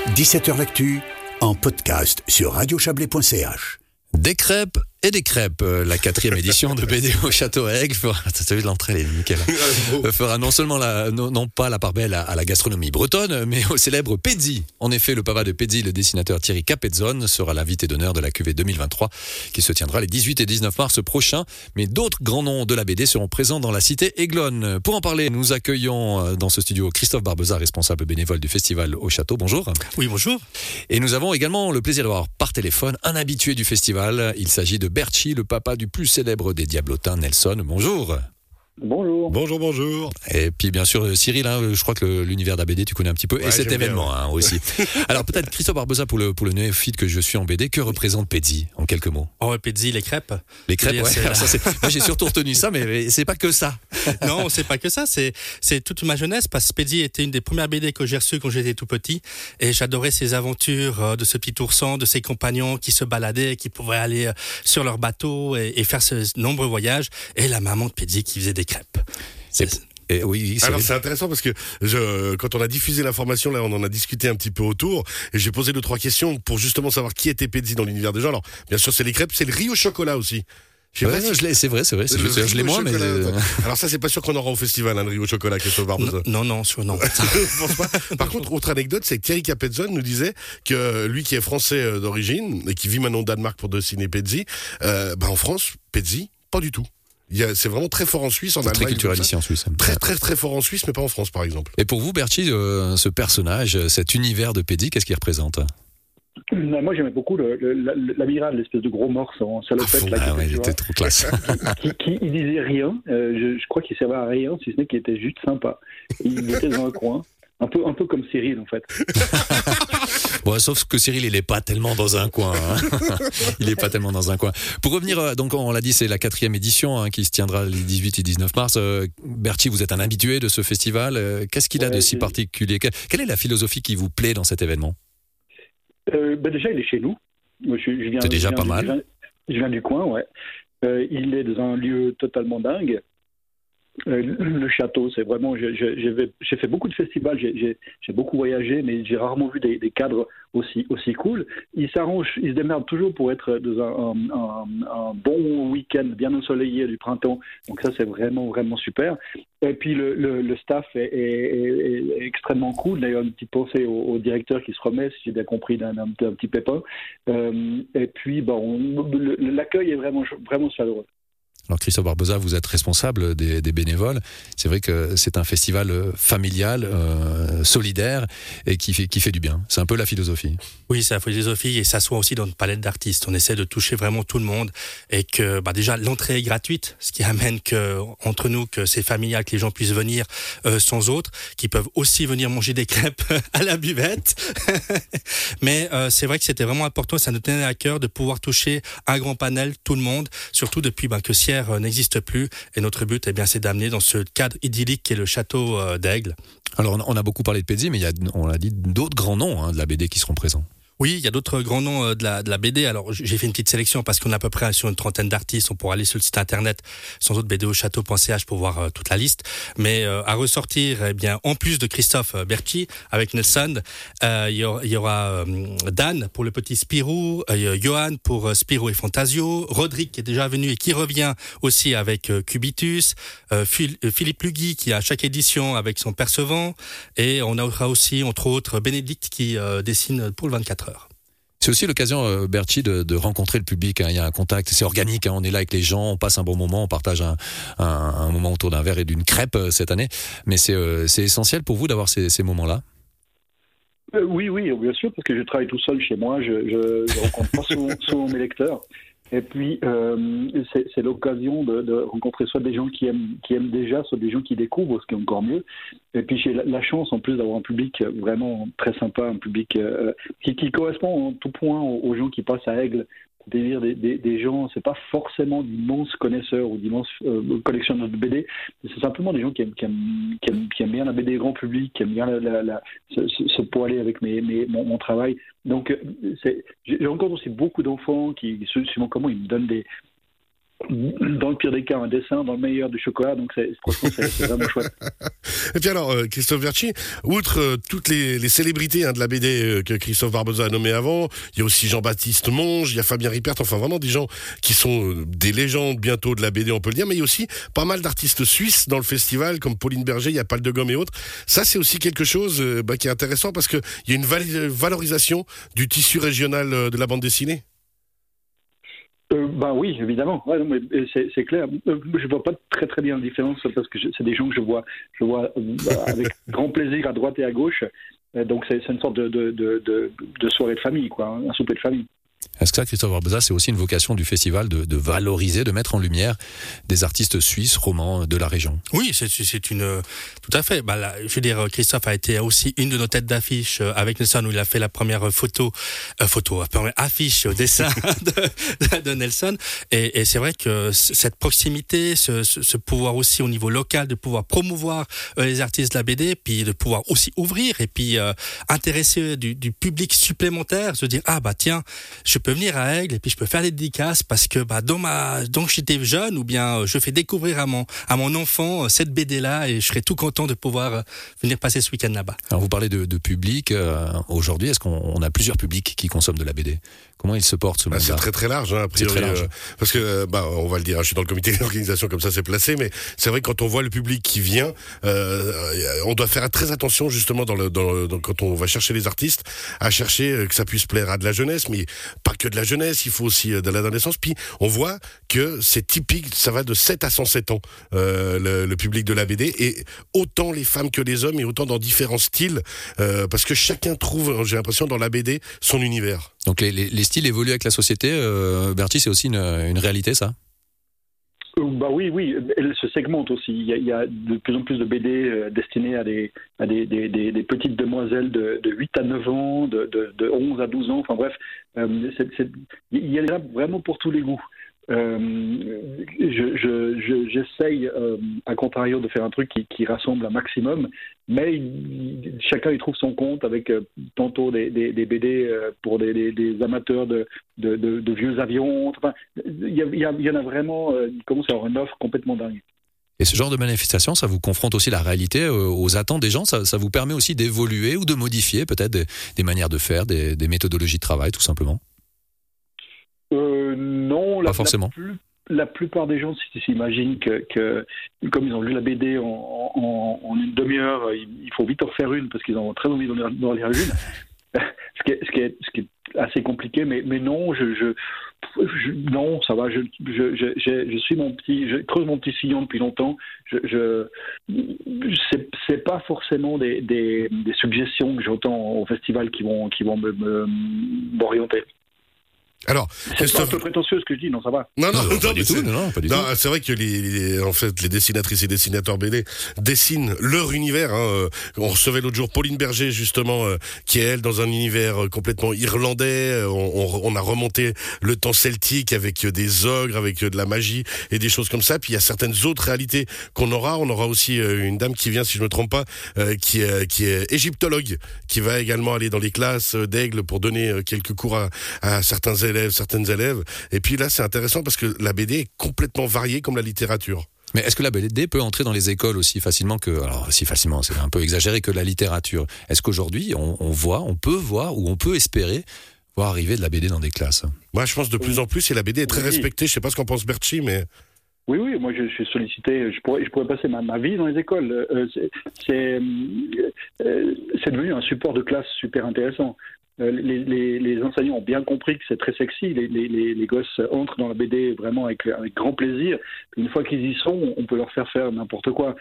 17h L'actu, en podcast sur radiochablais.ch. Des crêpes et des crêpes. La 4e édition de BD au Château à Aigues fera, t'as vu l'entrée, elle est nickel. Fera non seulement non pas la part belle à la gastronomie bretonne, mais au célèbre Pezzi. En effet, le papa de Pezzi, le dessinateur Thierry Capezzone, sera l'invité d'honneur de la cuvée 2023 qui se tiendra les 18 et 19 mars prochains. Mais d'autres grands noms de la BD seront présents dans la cité Aiglone. Pour en parler, nous accueillons dans ce studio Christophe Barbeza, responsable bénévole du festival au Château. Bonjour. Oui, bonjour. Et nous avons également le plaisir d'avoir par téléphone un habitué du festival. Il s'agit de Berchi, le papa du plus célèbre des diablotins, Nelson. Bonjour. Bonjour. Bonjour. Et puis bien sûr Cyril, je crois que l'univers de la BD tu connais un petit peu, et cet événement bien, aussi. Alors peut-être Christophe Barbeza, pour le néophyte que je suis en BD, que représente Pezzi en quelques mots? Pezzi, les crêpes. Les crêpes, ouais. Alors moi j'ai surtout retenu ça, mais c'est pas que ça. Non, c'est pas que ça, c'est toute ma jeunesse, parce que Pezzi était une des premières BD que j'ai reçues quand j'étais tout petit, et j'adorais ses aventures de ce petit ourson, de ses compagnons qui se baladaient, qui pouvaient aller sur leur bateau et faire ce nombreux voyages, et la maman de Pezzi qui faisait des crêpes. Oui, alors c'est intéressant parce que quand on a diffusé l'information, là on en a discuté un petit peu autour, et j'ai posé 2-3 questions pour justement savoir qui était Pezzi dans l'univers des gens. Alors bien sûr c'est les crêpes, c'est le riz au chocolat aussi. C'est vrai, je l'ai moins, mais alors ça c'est pas sûr qu'on aura au festival, le riz au chocolat, Christophe Barbeza. Non. Je pense pas. Par contre, autre anecdote, c'est que Thierry Capezzone nous disait que lui qui est français d'origine et qui vit maintenant au Danemark pour dessiner Pezzi, en France, Pezzi, pas du tout. C'est vraiment très fort en Suisse, en Allemagne. Très culturel ici en Suisse. Très fort en Suisse, mais pas en France, par exemple. Et pour vous, Berchi, ce personnage, cet univers de Pezzi, qu'est-ce qu'il représente? Moi, j'aimais beaucoup l'amiral, l'espèce de gros morse en salopette. Il était trop classe. qui disait rien. Je crois qu'il servait à rien, si ce n'est qu'il était juste sympa. Il était dans un coin. Un peu comme Cyril, en fait. Bon, sauf que Cyril, il n'est pas tellement dans un coin. Il n'est pas tellement dans un coin. Pour revenir, donc on l'a dit, c'est la 4e édition qui se tiendra les 18 et 19 mars. Berchi, vous êtes un habitué de ce festival. Qu'est-ce qu'il a de si particulier? Quelle est la philosophie qui vous plaît dans cet événement? Déjà, il est chez nous. C'est déjà pas mal. Je viens du coin, ouais. Il est dans un lieu totalement dingue. Le château, c'est vraiment... J'ai fait beaucoup de festivals, j'ai beaucoup voyagé, mais j'ai rarement vu des cadres aussi cool. Il se démerde toujours pour être dans un bon week-end bien ensoleillé du printemps. Donc ça, c'est vraiment, vraiment super. Et puis le staff est extrêmement cool. D'ailleurs, une petite pensée au directeur qui se remet, si j'ai bien compris, d'un petit pépin. Et puis, l'accueil est vraiment, vraiment chaleureux. Alors Christophe Barbeza, vous êtes responsable des bénévoles. C'est vrai que c'est un festival familial, solidaire, et qui fait du bien. C'est un peu la philosophie. Oui, c'est la philosophie, et ça soit aussi dans une palette d'artistes. On essaie de toucher vraiment tout le monde, et que déjà l'entrée est gratuite, ce qui amène entre nous que c'est familial, que les gens puissent venir sans autres, qui peuvent aussi venir manger des crêpes à la buvette. Mais c'est vrai que c'était vraiment important, ça nous tenait à cœur de pouvoir toucher un grand panel, tout le monde, surtout depuis que Sierre n'existe plus, et notre but c'est d'amener dans ce cadre idyllique qu'est le château d'Aigle. Alors on a beaucoup parlé de Pezzi, mais il y a, on l'a dit, d'autres grands noms de la BD qui seront présents. Oui, il y a d'autres grands noms de la BD. Alors, j'ai fait une petite sélection parce qu'on est à peu près sur une 30aine d'artistes. On pourra aller sur le site internet sans doute bdauchâteau.ch pour voir toute la liste. Mais à ressortir, en plus de Christophe Berchi avec Nelson, il y aura Dan pour le petit Spirou, Johan pour Spirou et Fantasio, Rodrigue qui est déjà venu et qui revient aussi avec Cubitus, Philippe Lugui qui a chaque édition avec son Percevant, et on aura aussi entre autres Bénédicte qui dessine pour le 24 heures. C'est aussi l'occasion, Berchi, de rencontrer le public. Il y a un contact, c'est organique. On est là avec les gens, on passe un bon moment, on partage un moment autour d'un verre et d'une crêpe cette année. Mais c'est essentiel pour vous d'avoir ces moments-là? Oui, bien sûr, parce que je travaille tout seul chez moi. Je rencontre pas souvent mes lecteurs. Et puis, c'est l'occasion de rencontrer soit des gens qui aiment déjà, soit des gens qui découvrent, ce qui est encore mieux. Et puis, j'ai la chance, en plus, d'avoir un public vraiment très sympa, un public qui correspond en tout point aux gens qui passent à Aigle. C'est-à-dire des gens, c'est pas forcément d'immenses connaisseurs ou d'immenses collectionneurs de BD, c'est simplement des gens qui aiment bien la BD grand public, qui aiment bien se poiler avec mon travail. Donc, je rencontre aussi beaucoup d'enfants qui, suivant comment ils me donnent dans le pire des cas un dessin, dans le meilleur du chocolat, donc franchement c'est vraiment chouette. Et puis alors, Christophe Verchi, outre toutes les célébrités de la BD que Christophe Barbosa a nommé avant, il y a aussi Jean-Baptiste Monge, il y a Fabien Rippert, enfin vraiment des gens qui sont des légendes bientôt de la BD, on peut le dire, mais il y a aussi pas mal d'artistes suisses dans le festival, comme Pauline Berger, il y a Paul de Gomme et autres. Ça, c'est aussi quelque chose qui est intéressant parce qu'il y a une valorisation du tissu régional de la bande dessinée. Oui, évidemment. Ouais, non, mais c'est clair. Je vois pas très très bien la différence parce que c'est des gens que je vois avec grand plaisir à droite et à gauche. Donc c'est une sorte de soirée de famille, quoi, un souper de famille. Est-ce que ça, Christophe Barbosa, c'est aussi une vocation du festival de valoriser, de mettre en lumière des artistes suisses, romans de la région? Oui, c'est une tout à fait. Je veux dire, Christophe a été aussi une de nos têtes d'affiche avec Nelson où il a fait la première première affiche au dessin de Nelson. Et c'est vrai que cette proximité, ce pouvoir aussi au niveau local de pouvoir promouvoir les artistes de la BD, puis de pouvoir aussi ouvrir et puis intéresser du public supplémentaire, se dire tiens, je peux venir à Aigle et puis je peux faire des dédicaces parce que donc j'étais jeune ou bien je fais découvrir à mon enfant cette BD là et je serais tout content de pouvoir venir passer ce week-end là-bas. Alors vous parlez de public aujourd'hui, est-ce qu'on a plusieurs publics qui consomment de la BD? Comment il se porte ce monde-là? C'est très très large, a priori, c'est très large. Parce que on va le dire, je suis dans le comité d'organisation comme ça c'est placé, mais c'est vrai que quand on voit le public qui vient, on doit faire très attention justement quand on va chercher les artistes, à chercher que ça puisse plaire à de la jeunesse, mais pas que de la jeunesse, il faut aussi de l'adolescence. Puis on voit que c'est typique, ça va de 7 à 107 ans le public de la BD, et autant les femmes que les hommes, et autant dans différents styles, parce que chacun trouve, j'ai l'impression, dans la BD son univers. Donc les styles évoluent avec la société. Bertie, c'est aussi une réalité, ça? Oui, elle se segmente aussi. Il y a de plus en plus de BD destinées à des petites demoiselles de 8 à 9 ans, de 11 à 12 ans, enfin bref, il y a là vraiment pour tous les goûts. J'essaye, à contrario, de faire un truc qui rassemble un maximum, mais chacun y trouve son compte avec tantôt des BD pour des amateurs de vieux avions. Enfin, il y en a vraiment, il commence à avoir une offre complètement dingue. Et ce genre de manifestation, ça vous confronte aussi la réalité aux attentes des gens, ça vous permet aussi d'évoluer ou de modifier peut-être des manières de faire, des méthodologies de travail, tout simplement? Non, pas forcément. La plupart des gens s'imaginent que comme ils ont lu la BD en une demi-heure, il faut vite en refaire une parce qu'ils ont très envie d'en lire une. ce qui est assez compliqué, mais non, non, ça va. Je suis je creuse mon petit sillon depuis longtemps. C'est pas forcément des suggestions que j'entends au festival qui vont m'orienter. Alors, c'est un peu prétentieux ce que je dis, non, ça va. Non, pas du tout. C'est vrai que les dessinatrices et dessinateurs BD dessinent leur univers. On recevait l'autre jour Pauline Berger, justement, qui est elle dans un univers complètement irlandais. On a remonté le temps celtique avec des ogres, avec de la magie et des choses comme ça. Puis il y a certaines autres réalités qu'on aura. On aura aussi une dame qui vient, si je me trompe pas, qui est égyptologue, qui va également aller dans les classes d'Aigle pour donner quelques cours à certaines élèves. Et puis là, c'est intéressant parce que la BD est complètement variée comme la littérature. Mais est-ce que la BD peut entrer dans les écoles aussi facilement si facilement, c'est un peu exagéré, que la littérature? Est-ce qu'aujourd'hui, on peut voir ou on peut espérer voir arriver de la BD dans des classes? Moi, je pense de plus en plus, et la BD est très respectée. Je sais pas ce qu'en pense Berchi, mais... Oui, moi je suis sollicité, je pourrais passer ma vie dans les écoles. C'est devenu un support de classe super intéressant. Les enseignants ont bien compris que c'est très sexy. Les gosses entrent dans la BD vraiment avec grand plaisir. Une fois qu'ils y sont, on peut leur faire n'importe quoi,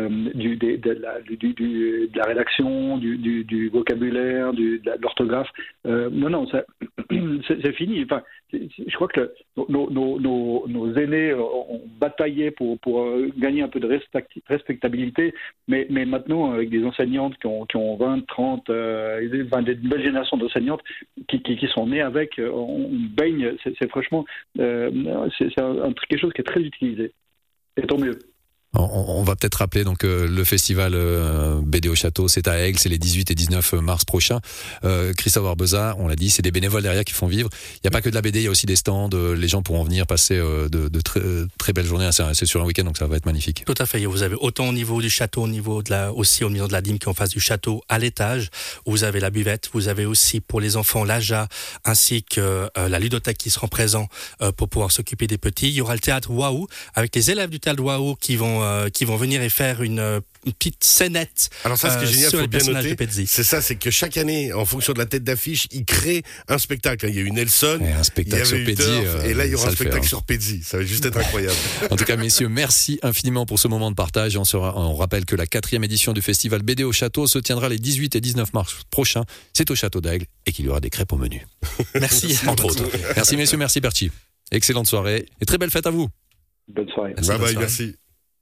de la rédaction, du vocabulaire, de l'orthographe. Non, ça, c'est fini. Enfin, je crois que nos aînés ont bataillé pour gagner un peu de respectabilité, mais maintenant avec des enseignantes qui ont 20, 30, des nouvelles générations d'enseignantes qui sont nées avec, on baigne, c'est franchement c'est quelque chose qui est très utilisé, et tant mieux. On va peut-être rappeler donc le festival BD au Château, c'est à Aigle, c'est les 18 et 19 mars prochains. Christophe Arbeza, on l'a dit, c'est des bénévoles derrière qui font vivre. Il n'y a pas que de la BD, il y a aussi des stands. Les gens pourront venir passer de très belles journées. C'est sur un week-end, donc ça va être magnifique. Tout à fait. Vous avez autant au niveau du château, aussi au niveau de la dîme qui est en face du château, à l'étage, où vous avez la buvette. Vous avez aussi pour les enfants l'AJA ainsi que la ludothèque qui seront présents pour pouvoir s'occuper des petits. Il y aura le théâtre Waouh avec les élèves du théâtre Waouh qui vont venir et faire une petite scénette. Alors ça, ce qui est génial, sur les faut bien personnages noter, de Pezzi. c'est ça, c'est que chaque année, en fonction de la tête d'affiche, ils créent un spectacle. Il y a eu Nelson, et un spectacle sur Pezzi, et là il y aura un spectacle fait, sur Pezzi. Ça va juste être incroyable. En tout cas, messieurs, merci infiniment pour ce moment de partage. On rappelle que la 4e édition du festival BD au Château se tiendra les 18 et 19 mars prochains. C'est au Château d'Aigle et qu'il y aura des crêpes au menu. Merci. Entre autres. Merci messieurs, merci Berti. Excellente soirée et très belle fête à vous. Bonne soirée. Bye bye, merci.